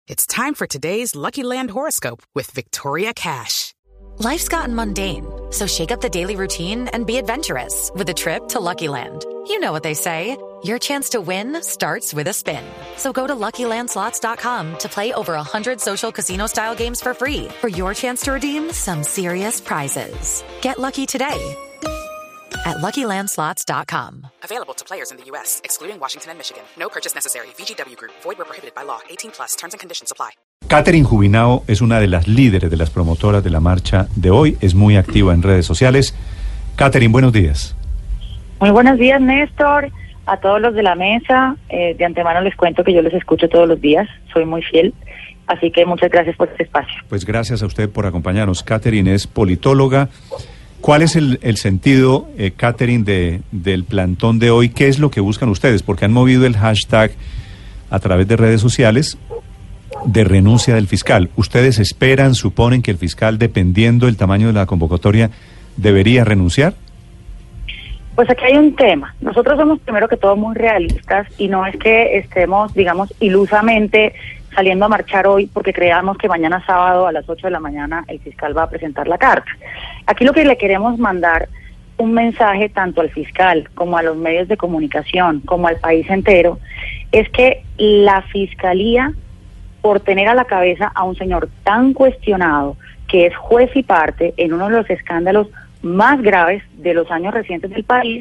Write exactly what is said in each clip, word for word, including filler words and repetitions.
It's time for today's Lucky Land horoscope with Victoria Cash. Life's gotten mundane, so shake up the daily routine and be adventurous with a trip to Lucky Land. You know what they say, your chance to win starts with a spin. So go to Lucky Land Slots dot com to play over one hundred social casino-style games for free for your chance to redeem some serious prizes. Get lucky today at Lucky Land Slots dot com. Available to players in the U S, excluding Washington and Michigan. No purchase necessary. V G W Group. Void where prohibited by law. eighteen plus. Terms and conditions apply. Catherine Jubinao es una de las líderes de las promotoras de la marcha de hoy. Es muy activa en redes sociales. Catherine, buenos días. Muy buenos días, Néstor. A todos los de la mesa. Eh, de antemano les cuento que yo los escucho todos los días. Soy muy fiel. Así que muchas gracias por este espacio. Pues gracias a usted por acompañarnos. Catherine es politóloga. ¿Cuál es el, el sentido, eh, Catherine, de, del plantón de hoy? ¿Qué es lo que buscan ustedes? Porque han movido el hashtag a través de redes sociales de renuncia del fiscal. ¿Ustedes esperan, suponen que el fiscal, dependiendo del tamaño de la convocatoria, debería renunciar? Pues aquí hay un tema. Nosotros somos primero que todo muy realistas y no es que estemos, digamos, ilusamente saliendo a marchar hoy porque creamos que mañana sábado a las ocho de la mañana el fiscal va a presentar la carta. Aquí lo que le queremos mandar un mensaje tanto al fiscal como a los medios de comunicación, como al país entero, es que la fiscalía, por tener a la cabeza a un señor tan cuestionado, que es juez y parte en uno de los escándalos más graves de los años recientes del país,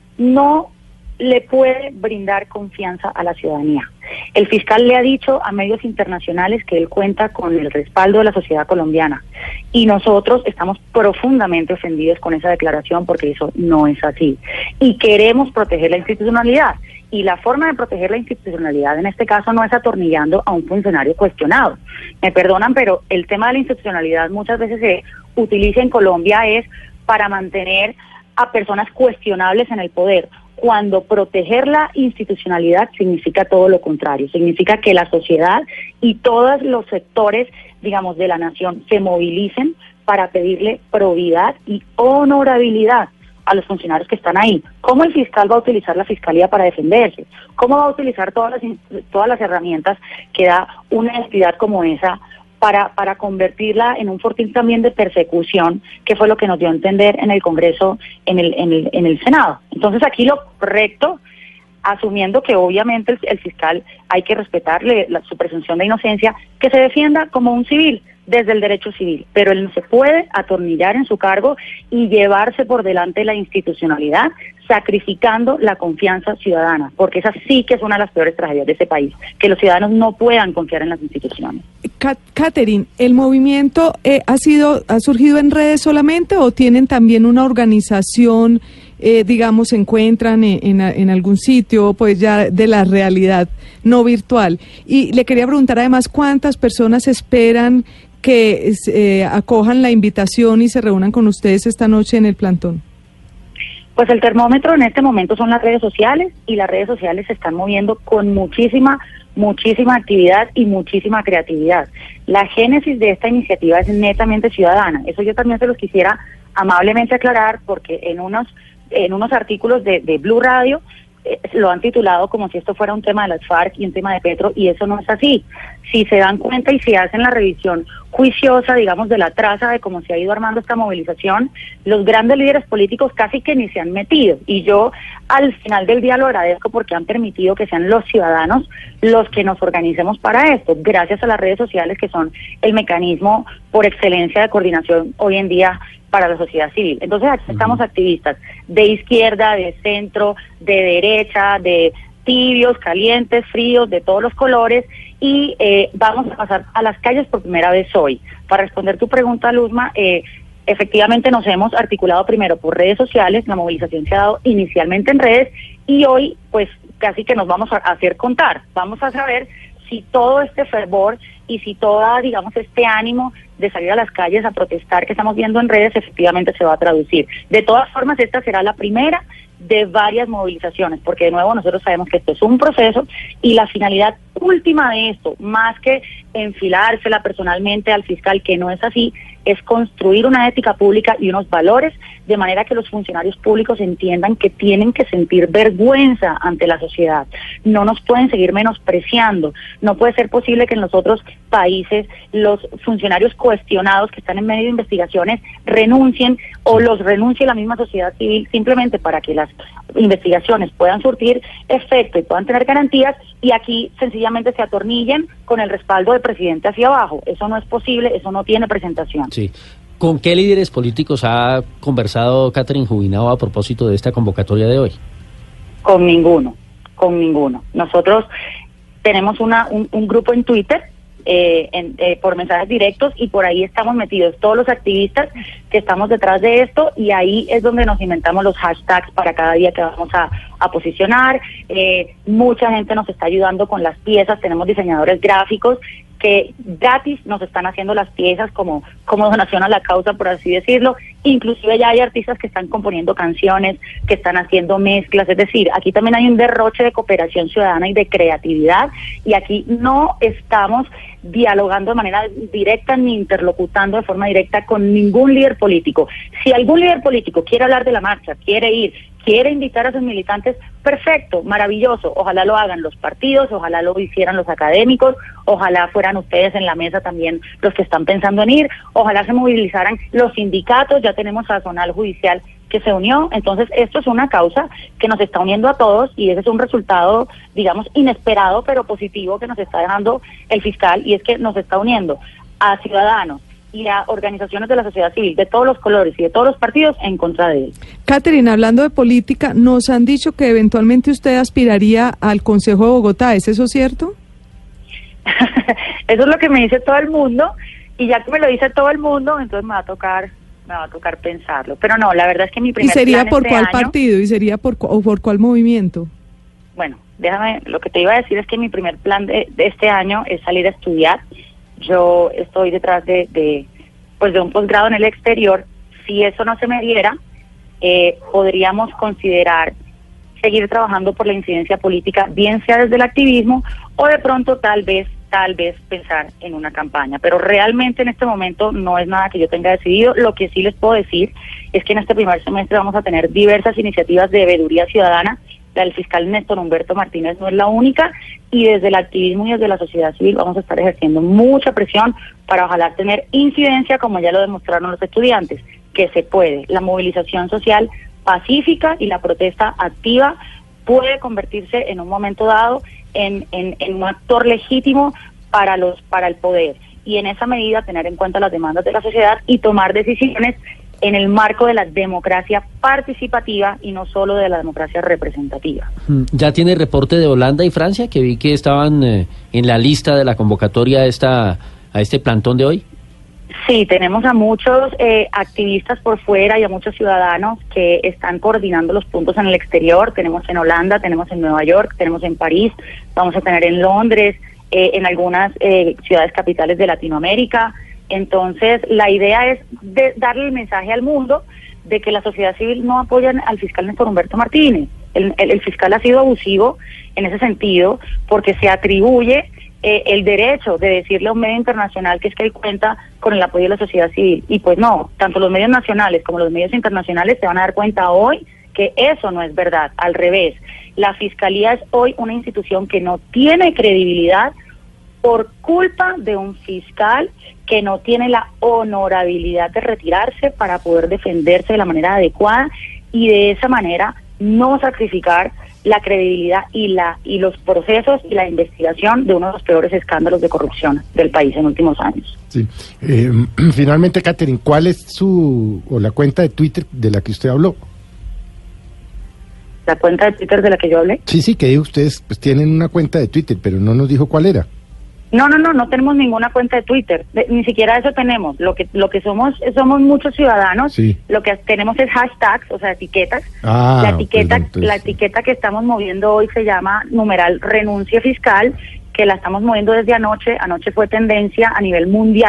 no le puede brindar confianza a la ciudadanía. El fiscal le ha dicho a medios internacionales que él cuenta con el respaldo de la sociedad colombiana y nosotros estamos profundamente ofendidos con esa declaración porque eso no es así y queremos proteger la institucionalidad y la forma de proteger la institucionalidad en este caso no es atornillando a un funcionario cuestionado. Me perdonan, pero el tema de la institucionalidad muchas veces se utiliza en Colombia es para mantener a personas cuestionables en el poder, cuando proteger la institucionalidad significa todo lo contrario, significa que la sociedad y todos los sectores, digamos, de la nación se movilicen para pedirle probidad y honorabilidad a los funcionarios que están ahí. ¿Cómo el fiscal va a utilizar la fiscalía para defenderse? ¿Cómo va a utilizar todas las, todas las herramientas que da una entidad como esa para para convertirla en un fortín también de persecución, que fue lo que nos dio a entender en el Congreso, en el en el, en el Senado? Entonces aquí lo correcto, asumiendo que obviamente el, el fiscal hay que respetarle la, su presunción de inocencia, que se defienda como un civil, desde el derecho civil, pero él no se puede atornillar en su cargo y llevarse por delante la institucionalidad, sacrificando la confianza ciudadana, porque esa sí que es una de las peores tragedias de este país, que los ciudadanos no puedan confiar en las instituciones. Catherine, ¿el movimiento eh, ha sido ha surgido en redes solamente o tienen también una organización, eh, digamos, se encuentran en, en, en algún sitio, pues ya de la realidad no virtual? Y le quería preguntar además cuántas personas esperan que eh, acojan la invitación y se reúnan con ustedes esta noche en el plantón. Pues el termómetro en este momento son las redes sociales y las redes sociales se están moviendo con muchísima, muchísima actividad y muchísima creatividad. La génesis de esta iniciativa es netamente ciudadana. Eso yo también se los quisiera amablemente aclarar porque en unos, en unos artículos de, de Blue Radio eh, lo han titulado como si esto fuera un tema de las FARC y un tema de Petro y eso no es así. Si se dan cuenta y si hacen la revisión juiciosa, digamos, de la traza de cómo se ha ido armando esta movilización, los grandes líderes políticos casi que ni se han metido. Y yo al final del día lo agradezco porque han permitido que sean los ciudadanos los que nos organicemos para esto, gracias a las redes sociales que son el mecanismo por excelencia de coordinación hoy en día para la sociedad civil. Entonces aquí estamos activistas de izquierda, de centro, de derecha, de tibios, calientes, fríos, de todos los colores, y eh, vamos a pasar a las calles por primera vez hoy. Para responder tu pregunta, Luzma, eh, efectivamente nos hemos articulado primero por redes sociales, la movilización se ha dado inicialmente en redes, y hoy pues casi que nos vamos a hacer contar, vamos a saber si todo este fervor y si toda, digamos, este ánimo de salir a las calles a protestar que estamos viendo en redes efectivamente se va a traducir. De todas formas, esta será la primera de varias movilizaciones, porque de nuevo nosotros sabemos que esto es un proceso y la finalidad última de esto, más que enfilársela personalmente al fiscal, que no es así, es construir una ética pública y unos valores de manera que los funcionarios públicos entiendan que tienen que sentir vergüenza ante la sociedad. No nos pueden seguir menospreciando. No puede ser posible que en los otros países los funcionarios cuestionados que están en medio de investigaciones renuncien o los renuncie la misma sociedad civil simplemente para que las investigaciones puedan surtir efecto y puedan tener garantías, y aquí sencillamente se atornillen con el respaldo del presidente hacia abajo. Eso no es posible, eso no tiene presentación. Sí. ¿Con qué líderes políticos ha conversado Catherine Jubinao a propósito de esta convocatoria de hoy? Con ninguno, con ninguno. Nosotros tenemos una un, un grupo en Twitter eh, en, eh, por mensajes directos, y por ahí estamos metidos todos los activistas que estamos detrás de esto, y ahí es donde nos inventamos los hashtags para cada día que vamos a, a posicionar. Eh, mucha gente nos está ayudando con las piezas, tenemos diseñadores gráficos que gratis nos están haciendo las piezas como, como donación a la causa, por así decirlo. Inclusive ya hay artistas que están componiendo canciones, que están haciendo mezclas, es decir, aquí también hay un derroche de cooperación ciudadana y de creatividad, y aquí no estamos dialogando de manera directa ni interlocutando de forma directa con ningún líder político. Si algún líder político quiere hablar de la marcha, quiere ir, quiere invitar a sus militantes, perfecto, maravilloso, ojalá lo hagan los partidos, ojalá lo hicieran los académicos, ojalá fueran ustedes en la mesa también los que están pensando en ir, ojalá se movilizaran los sindicatos, ya tenemos a Zonal Judicial que se unió. Entonces esto es una causa que nos está uniendo a todos, y ese es un resultado, digamos, inesperado pero positivo que nos está dejando el fiscal, y es que nos está uniendo a ciudadanos y a organizaciones de la sociedad civil de todos los colores y de todos los partidos en contra de él. Catherine, hablando de política, nos han dicho que eventualmente usted aspiraría al Consejo de Bogotá, ¿es eso cierto? Eso es lo que me dice todo el mundo, y ya que me lo dice todo el mundo, entonces me va a tocar me va a tocar pensarlo. Pero no, la verdad es que mi primer ¿Y sería plan por este cuál año, partido? ¿Y sería por, o por cuál movimiento? Bueno, déjame, lo que te iba a decir es que mi primer plan de, de este año es salir a estudiar. Yo estoy detrás de, de pues de un posgrado en el exterior. Si eso no se me diera, eh, podríamos considerar seguir trabajando por la incidencia política, bien sea desde el activismo o de pronto tal vez tal vez pensar en una campaña, pero realmente en este momento no es nada que yo tenga decidido. Lo que sí les puedo decir es que en este primer semestre vamos a tener diversas iniciativas de veeduría ciudadana. La del fiscal Néstor Humberto Martínez no es la única, y desde el activismo y desde la sociedad civil vamos a estar ejerciendo mucha presión para ojalá tener incidencia, como ya lo demostraron los estudiantes, que se puede. La movilización social pacífica y la protesta activa puede convertirse en un momento dado en, en, en un actor legítimo para los para el poder, y en esa medida tener en cuenta las demandas de la sociedad y tomar decisiones en el marco de la democracia participativa y no solo de la democracia representativa. ¿Ya tiene reporte de Holanda y Francia, que vi que estaban eh, en la lista de la convocatoria a, esta, a este plantón de hoy? Sí, tenemos a muchos eh, activistas por fuera y a muchos ciudadanos que están coordinando los puntos en el exterior. Tenemos en Holanda, tenemos en Nueva York, tenemos en París, vamos a tener en Londres, eh, en algunas eh, ciudades capitales de Latinoamérica. Entonces, la idea es de darle el mensaje al mundo de que la sociedad civil no apoya al fiscal Néstor Humberto Martínez. El, el, el fiscal ha sido abusivo en ese sentido, porque se atribuye eh, el derecho de decirle a un medio internacional que es que él cuenta con el apoyo de la sociedad civil. Y pues no, tanto los medios nacionales como los medios internacionales se van a dar cuenta hoy que eso no es verdad. Al revés, la fiscalía es hoy una institución que no tiene credibilidad por culpa de un fiscal que no tiene la honorabilidad de retirarse para poder defenderse de la manera adecuada, y de esa manera no sacrificar la credibilidad y la y los procesos y la investigación de uno de los peores escándalos de corrupción del país en últimos años. Sí. Eh, finalmente, Catherine, ¿cuál es su o la cuenta de Twitter de la que usted habló? ¿La cuenta de Twitter de la que yo hablé? Sí, sí, que ustedes pues tienen una cuenta de Twitter, pero no nos dijo cuál era. No, no, no, no tenemos ninguna cuenta de Twitter, de, ni siquiera eso tenemos. Lo que lo que somos somos muchos ciudadanos. Sí. Lo que tenemos es hashtags, o sea, etiquetas. Ah, la etiqueta, perdón, entonces, la etiqueta que estamos moviendo hoy se llama numeral renuncia fiscal, que la estamos moviendo desde anoche. Anoche fue tendencia a nivel mundial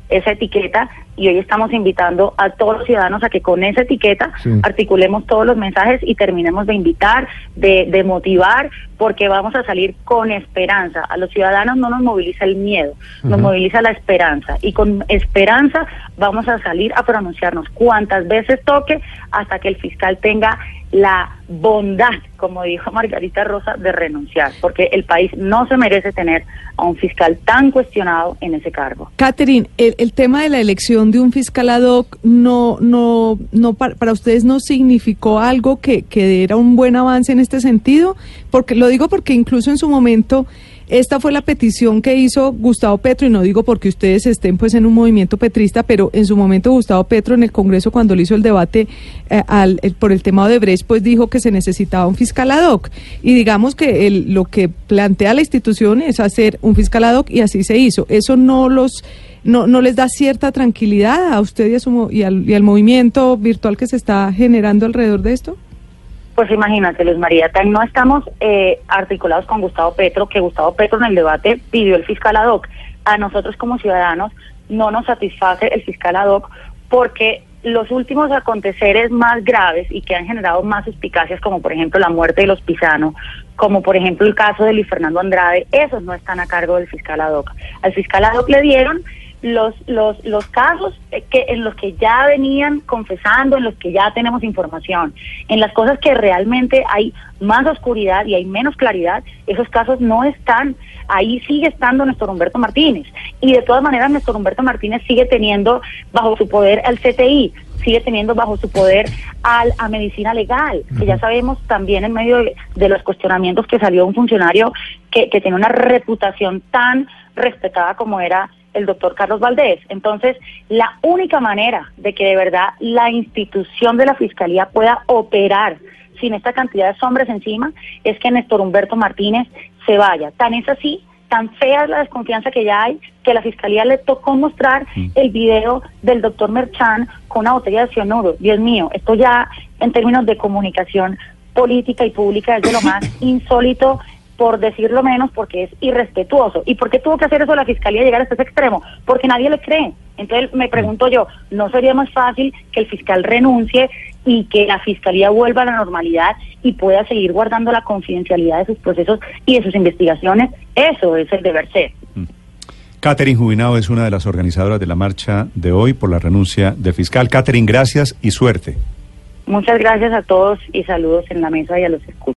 esa etiqueta, y hoy estamos invitando a todos los ciudadanos a que con esa etiqueta sí. articulemos todos los mensajes y terminemos de invitar, de, de motivar, porque vamos a salir con esperanza. A los ciudadanos no nos moviliza el miedo, uh-huh. nos moviliza la esperanza, y con esperanza vamos a salir a pronunciarnos cuantas veces toque hasta que el fiscal tenga la bondad, como dijo Margarita Rosa, de renunciar, porque el país no se merece tener a un fiscal tan cuestionado en ese cargo. Catherine, el, el tema de la elección de un fiscal ad hoc no, no, no para, para ustedes no significó algo que, que era un buen avance en este sentido, porque lo digo porque incluso en su momento esta fue la petición que hizo Gustavo Petro, y no digo porque ustedes estén pues en un movimiento petrista, pero en su momento Gustavo Petro en el Congreso, cuando le hizo el debate eh, al, el, por el tema de Odebrecht, pues dijo que se necesitaba un fiscal ad hoc, y digamos que el, lo que plantea la institución es hacer un fiscal ad hoc, y así se hizo. ¿Eso no los no, no les da cierta tranquilidad a usted y, a su, y, al, y al movimiento virtual que se está generando alrededor de esto? Pues imagínate, Luz María, tan no estamos eh, articulados con Gustavo Petro, que Gustavo Petro en el debate pidió el fiscal ad hoc. A nosotros como ciudadanos no nos satisface el fiscal ad hoc, porque los últimos aconteceres más graves y que han generado más suspicacias, como por ejemplo la muerte de los Pizano, como por ejemplo el caso de Luis Fernando Andrade, esos no están a cargo del fiscal ad hoc. Al fiscal ad hoc le dieron los los los casos que en los que ya venían confesando, en los que ya tenemos información, en las cosas que realmente hay más oscuridad y hay menos claridad, esos casos no están. Ahí sigue estando Néstor Humberto Martínez, y de todas maneras Néstor Humberto Martínez sigue teniendo bajo su poder al C T I, sigue teniendo bajo su poder al, a Medicina Legal, que ya sabemos también en medio de, de los cuestionamientos que salió un funcionario que, que tiene una reputación tan respetada como era el doctor Carlos Valdés. Entonces, la única manera de que de verdad la institución de la Fiscalía pueda operar sin esta cantidad de sombras encima es que Néstor Humberto Martínez se vaya. Tan es así, tan fea es la desconfianza que ya hay, que a la Fiscalía le tocó mostrar el video del doctor Merchan con una botella de cianuro. Dios mío, esto ya en términos de comunicación política y pública es de lo más insólito, por decirlo menos, porque es irrespetuoso. ¿Y por qué tuvo que hacer eso la Fiscalía, llegar hasta ese extremo? Porque nadie le cree. Entonces me pregunto yo, ¿no sería más fácil que el fiscal renuncie y que la Fiscalía vuelva a la normalidad y pueda seguir guardando la confidencialidad de sus procesos y de sus investigaciones? Eso es el deber ser. Catherine Jubinao es una de las organizadoras de la marcha de hoy por la renuncia del fiscal. Catherine, gracias y suerte. Muchas gracias a todos y saludos en la mesa y a los escuchas.